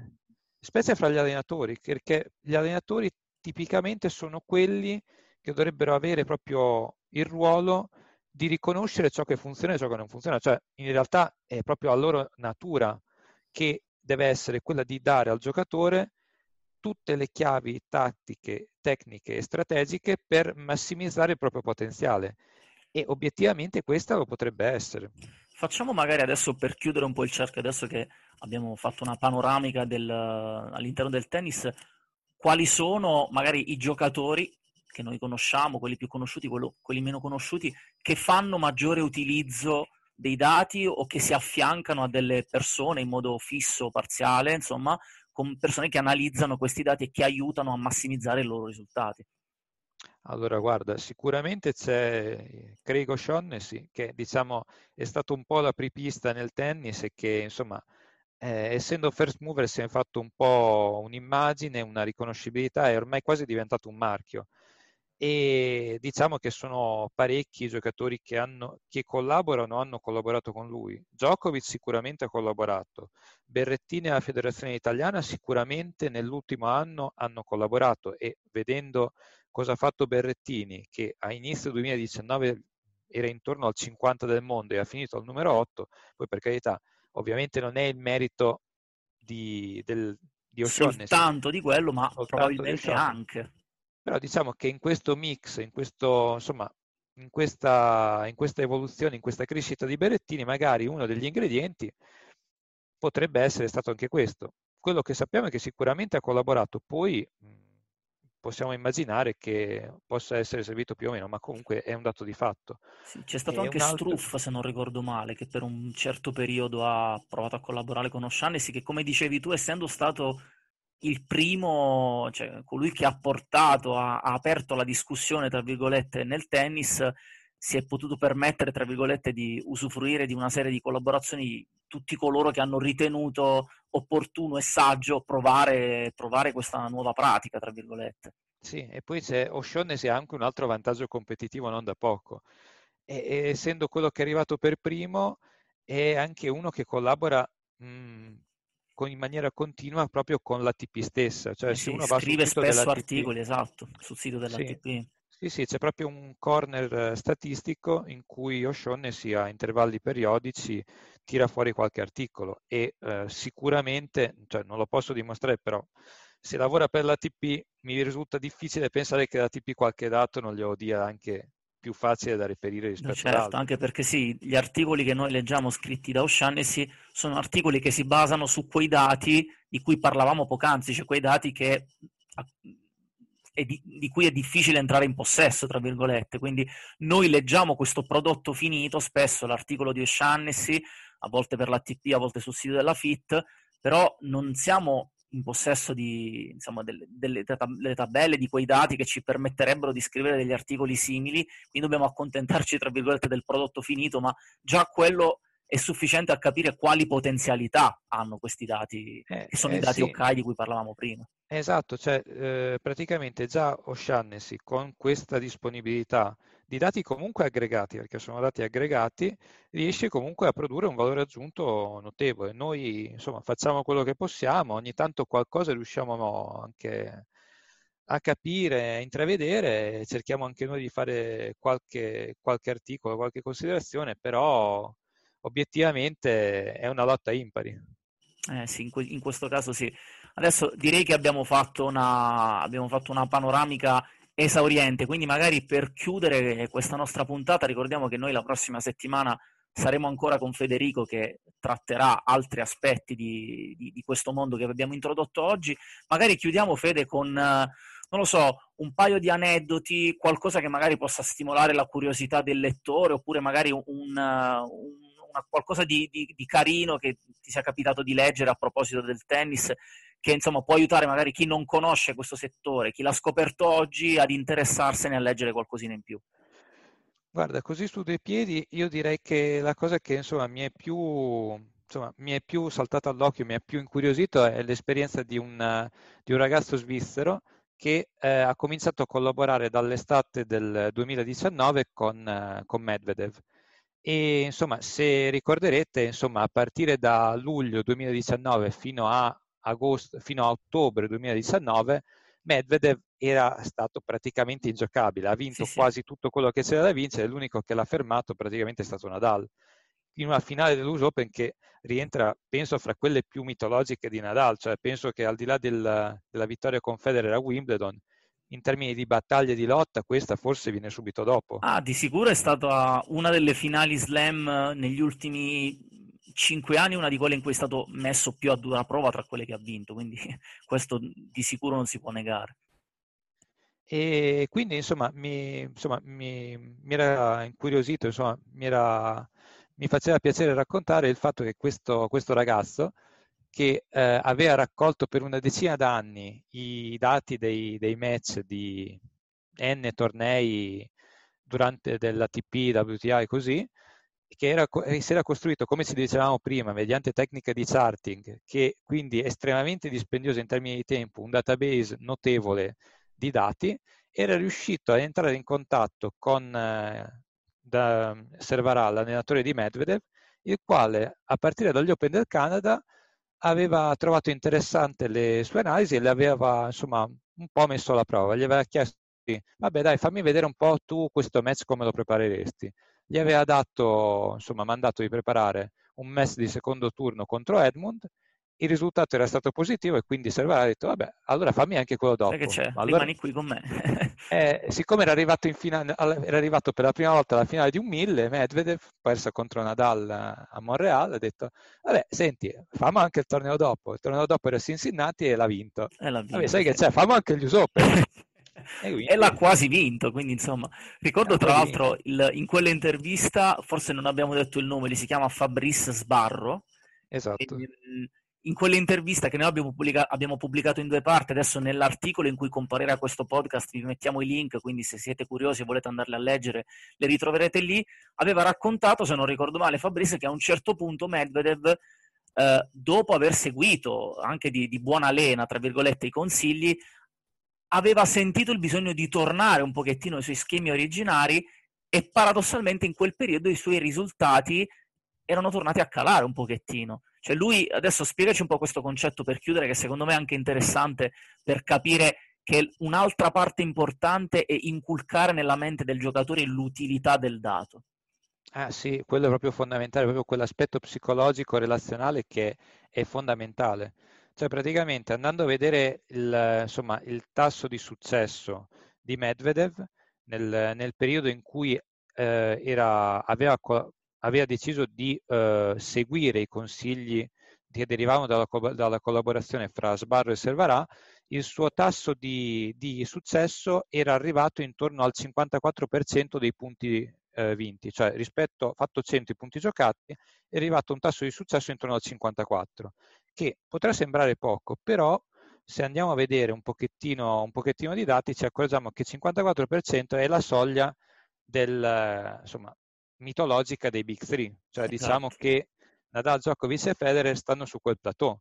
specie fra gli allenatori, perché gli allenatori tipicamente sono quelli che dovrebbero avere proprio il ruolo di riconoscere ciò che funziona e ciò che non funziona, cioè in realtà è proprio la loro natura che deve essere quella di dare al giocatore tutte le chiavi tattiche, tecniche e strategiche per massimizzare il proprio potenziale e obiettivamente questa lo potrebbe essere. Facciamo magari adesso, per chiudere un po' il cerchio, adesso che abbiamo fatto una panoramica all'interno del tennis, quali sono magari i giocatori che noi conosciamo, quelli più conosciuti, quelli meno conosciuti, che fanno maggiore utilizzo dei dati o che si affiancano a delle persone in modo fisso o parziale, insomma, con persone che analizzano questi dati e che aiutano a massimizzare i loro risultati. Allora, guarda, sicuramente c'è Craig O'Shaughnessy, che diciamo è stato un po' l'apripista nel tennis e che insomma, essendo first mover si è fatto un po' un'immagine, una riconoscibilità, è ormai quasi diventato un marchio. E diciamo che sono parecchi i giocatori che collaborano o hanno collaborato con lui. Djokovic sicuramente ha collaborato, Berrettini e la Federazione Italiana sicuramente nell'ultimo anno hanno collaborato e vedendo cosa ha fatto Berrettini, che a inizio 2019 era intorno al 50 del mondo e ha finito al numero 8, poi per carità, ovviamente non è il merito di O'Shaughnessy, Soltanto di quello, ma soltanto di probabilmente O'Shaughnessy, anche. però diciamo che in questo mix, insomma, in questa evoluzione, in questa crescita di Berrettini, magari uno degli ingredienti potrebbe essere stato anche questo. Quello che sappiamo è che sicuramente ha collaborato, poi possiamo immaginare che possa essere servito più o meno, ma comunque è un dato di fatto. Sì, c'è stato E anche un altro, Struff, se non ricordo male, che per un certo periodo ha provato a collaborare con O'Shaughnessy, che come dicevi tu, essendo stato il primo, cioè colui che ha portato, ha aperto la discussione, tra virgolette, nel tennis, si è potuto permettere, tra virgolette, di usufruire di una serie di collaborazioni di tutti coloro che hanno ritenuto opportuno e saggio provare questa nuova pratica, tra virgolette. Sì, e poi c'è O'Shaughnessy ha anche un altro vantaggio competitivo non da poco. E essendo quello che è arrivato per primo, è anche uno che collabora mh, in maniera continua proprio con l'ATP stessa. Cioè, se Sì, uno va sul scrive sito spesso dell'ATP, articoli, esatto, sul sito sì, dell'ATP. sì, sì, c'è proprio un corner statistico in cui O'Shaughnessy a intervalli periodici tira fuori qualche articolo e sicuramente, cioè non lo posso dimostrare, però se lavora per l'ATP mi risulta difficile pensare che l'ATP qualche dato non glielo dia anche più facile da reperire No, rispetto ad certo, altri. anche perché sì, gli articoli che noi leggiamo scritti da O'Shaughnessy sono articoli che si basano su quei dati di cui parlavamo poc'anzi, cioè quei dati che di cui è difficile entrare in possesso, tra virgolette. Quindi noi leggiamo questo prodotto finito, spesso l'articolo di O'Shaughnessy, a volte per l'ATP, a volte sul sito della FIT, però non siamo in possesso di, insomma, delle tabelle, di quei dati che ci permetterebbero di scrivere degli articoli simili, quindi dobbiamo accontentarci, tra virgolette, del prodotto finito, ma già quello è sufficiente a capire quali potenzialità hanno questi dati, che sono i dati Sì, OCI di cui parlavamo prima. esatto, cioè praticamente già O'Shaughnessy con questa disponibilità di dati comunque aggregati, perché sono dati aggregati, riesce comunque a produrre un valore aggiunto notevole. Noi insomma facciamo quello che possiamo, ogni tanto qualcosa riusciamo anche a capire, a intravedere, e cerchiamo anche noi di fare qualche articolo, qualche considerazione, però obiettivamente è una lotta impari. Sì, in questo caso sì. Adesso direi che abbiamo fatto una panoramica esauriente, quindi magari per chiudere questa nostra puntata ricordiamo che noi la prossima settimana saremo ancora con Federico che tratterà altri aspetti di questo mondo che abbiamo introdotto oggi. Magari chiudiamo, Fede, con, non lo so, un paio di aneddoti, qualcosa che magari possa stimolare la curiosità del lettore, oppure magari qualcosa di carino che ti sia capitato di leggere a proposito del tennis, che insomma può aiutare magari chi non conosce questo settore, chi l'ha scoperto oggi, ad interessarsene e a leggere qualcosina in più. Guarda, così su due piedi io direi che la cosa che insomma mi è più saltata all'occhio, mi è più incuriosito è l'esperienza di un ragazzo svizzero che ha cominciato a collaborare dall'estate del 2019 con Medvedev. E insomma, se ricorderete, insomma, a partire da luglio 2019 fino a ottobre 2019, Medvedev era stato praticamente ingiocabile, ha Sì, vinto sì. quasi tutto quello che c'era da vincere, l'unico che l'ha fermato praticamente è stato Nadal. In una finale dell'US Open che rientra, penso, fra quelle più mitologiche di Nadal, cioè penso che al di là della vittoria con Federer a Wimbledon, in termini di battaglie di lotta, questa forse viene subito dopo. Ah, di sicuro è stata una delle finali slam negli ultimi 5 anni, una di quelle in cui è stato messo più a dura prova tra quelle che ha vinto, quindi questo di sicuro non si può negare. E quindi mi era incuriosito, mi faceva piacere raccontare il fatto che questo ragazzo, che aveva raccolto per una decina d'anni i dati dei match di N tornei durante dell'ATP, WTA e così, si era costruito, come ci dicevamo prima, mediante tecniche di charting, che quindi è estremamente dispendioso in termini di tempo, un database notevole di dati, era riuscito a entrare in contatto con Servaral, l'allenatore di Medvedev, il quale a partire dagli Open del Canada aveva trovato interessante le sue analisi e le aveva insomma un po' messo alla prova. Gli aveva chiesto, vabbè dai, fammi vedere un po' tu questo match come lo prepareresti. Gli aveva mandato di preparare un match di secondo turno contro Edmund, il risultato era stato positivo e quindi Servara ha detto, vabbè, allora fammi anche quello Sai che dopo. c'è? Allora, Rimani qui con me. siccome era arrivato in finale, era arrivato per la prima volta alla finale di un 1000, Medvedev, persa contro Nadal a Montreal, ha detto, vabbè, senti, fammi anche il torneo dopo. Il torneo dopo era Cincinnati e l'ha vinto. E l'ha Vabbè, vinto, sai che sì. c'è, fammi anche gli US Open. E E l'ha quindi quasi vinto, quindi insomma, ricordo l'ha tra vinto. l'altro in quell'intervista, forse non abbiamo detto il nome, lui si chiama Fabrice Sbarro, e, Esatto. in quell'intervista che noi abbiamo pubblicato in due parti, adesso nell'articolo in cui comparirà questo podcast vi mettiamo i link, quindi se siete curiosi e volete andarle a leggere le ritroverete lì, aveva raccontato, se non ricordo male, Fabrice, che a un certo punto Medvedev, dopo aver seguito anche di buona lena, tra virgolette, i consigli, aveva sentito il bisogno di tornare un pochettino ai suoi schemi originari e paradossalmente in quel periodo i suoi risultati erano tornati a calare un pochettino. Cioè lui, adesso spiegaci un po' questo concetto per chiudere, che secondo me è anche interessante per capire che un'altra parte importante è inculcare nella mente del giocatore l'utilità del dato. Ah sì, quello è proprio fondamentale, proprio quell'aspetto psicologico relazionale che è fondamentale. Cioè praticamente andando a vedere il tasso di successo di Medvedev nel periodo in cui aveva deciso di seguire i consigli che derivavano dalla collaborazione fra Sbarro e Servarà, il suo tasso di successo era arrivato intorno al 54% dei punti vinti, cioè rispetto fatto 100 i punti giocati è arrivato a un tasso di successo intorno al 54%, che potrà sembrare poco, però se andiamo a vedere un pochettino di dati ci accorgiamo che il 54% è la soglia mitologica dei Big Three, cioè diciamo che Nadal, Djokovic e Federer stanno su quel plateau.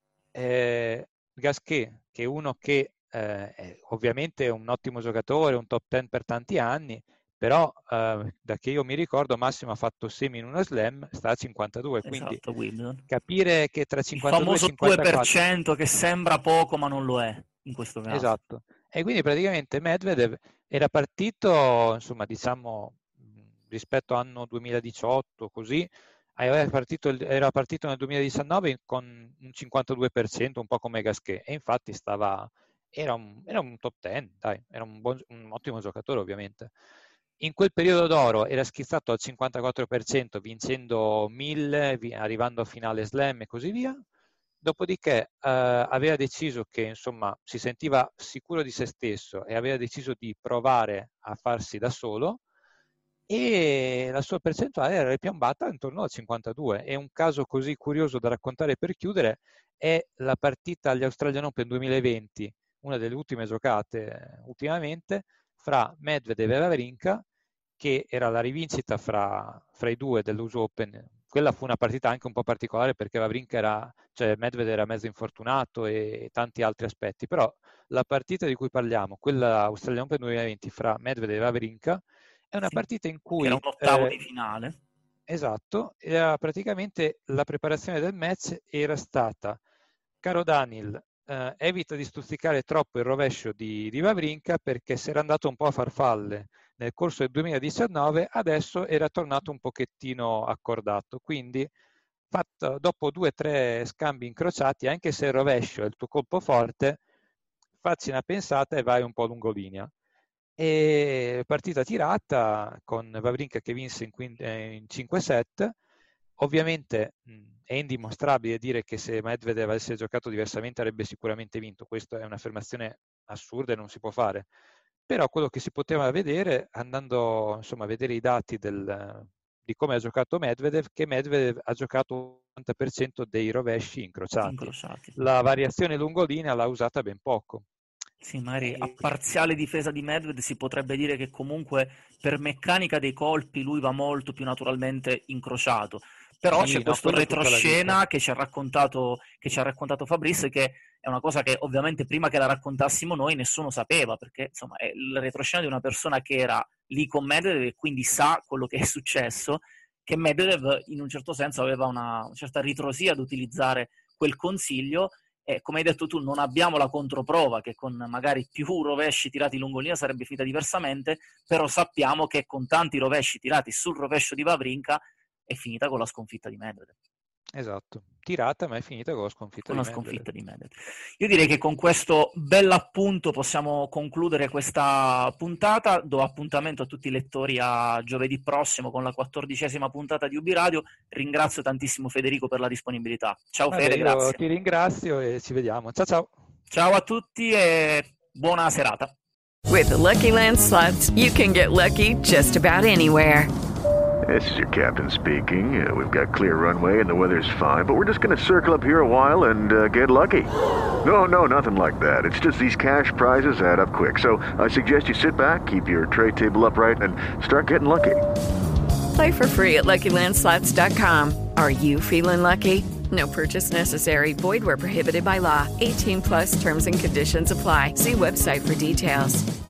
Gasquet, che è uno che ovviamente è un ottimo giocatore, un top 10 per tanti anni, però da che io mi ricordo Massimo ha fatto semi in uno slam, sta a 52, quindi Wimbledon. Capire che tra 52 il famoso e 54... 2% che sembra poco ma non lo è in questo caso. Esatto, e quindi praticamente Medvedev era partito, insomma, diciamo, rispetto all'anno 2018, così, era partito nel 2019 con un 52%, un po' come Gasquet, e infatti era un top 10, dai, era un ottimo giocatore ovviamente. In quel periodo d'oro era schizzato al 54%, vincendo 1000, arrivando a finale slam e così via. Dopodiché aveva deciso che insomma si sentiva sicuro di se stesso e aveva deciso di provare a farsi da solo, e la sua percentuale era ripiambata intorno al 52. E un caso così curioso da raccontare per chiudere è la partita agli Australian Open 2020, una delle ultime giocate ultimamente, fra Medvedev e Wawrinka, che era la rivincita fra i due dell'US Open. Quella fu una partita anche un po' particolare perché Medvedev era mezzo infortunato e tanti altri aspetti, però la partita di cui parliamo, quella Australian Open 2020 fra Medvedev e Wawrinka, è una partita in cui... Era un ottavo di finale. Esatto, era praticamente la preparazione del match era stata: caro Daniel, evita di stuzzicare troppo il rovescio di Wawrinka perché si era andato un po' a farfalle nel corso del 2019, adesso era tornato un pochettino accordato, quindi dopo 2 o 3 scambi incrociati, anche se il rovescio è il tuo colpo forte, facci una pensata e vai un po' lungolinea. E partita tirata con Wawrinka che vinse in 5 set. Ovviamente è indimostrabile dire che se Medvedev avesse giocato diversamente avrebbe sicuramente vinto, questa è un'affermazione assurda e non si può fare, però quello che si poteva vedere andando insomma a vedere i dati di come ha giocato Medvedev, che Medvedev ha giocato il 90% dei rovesci incrociati. La variazione lungolinea l'ha usata ben poco. Sì, magari a parziale difesa di Medvedev si potrebbe dire che comunque per meccanica dei colpi lui va molto più naturalmente incrociato, però c'è questo retroscena che ci ha raccontato Fabrice, che è una cosa che ovviamente prima che la raccontassimo noi nessuno sapeva, perché insomma è il retroscena di una persona che era lì con Medvedev e quindi sa quello che è successo, che Medvedev in un certo senso aveva una certa ritrosia ad utilizzare quel consiglio. E come hai detto tu, non abbiamo la controprova che con magari più rovesci tirati lungolinea sarebbe finita diversamente, però sappiamo che con tanti rovesci tirati sul rovescio di Wawrinka è finita con la sconfitta di Medvedev. Esatto, tirata ma è finita con la sconfitta di Medvedev. Io direi che con questo bell'appunto possiamo concludere questa puntata. Do appuntamento a tutti i lettori a giovedì prossimo con la 14ª puntata di UB Radio. Ringrazio tantissimo Federico per la disponibilità. Ciao Fede, grazie. Io ti ringrazio e ci vediamo. Ciao ciao. Ciao a tutti e buona serata. With the Lucky Land Slots, you can get lucky just about anywhere. This is your captain speaking. We've got clear runway and the weather's fine, but we're just going to circle up here a while and get lucky. No, nothing like that. It's just these cash prizes add up quick. So I suggest you sit back, keep your tray table upright, and start getting lucky. Play for free at LuckyLandSlots.com. Are you feeling lucky? No purchase necessary. Void where prohibited by law. 18+ terms and conditions apply. See website for details.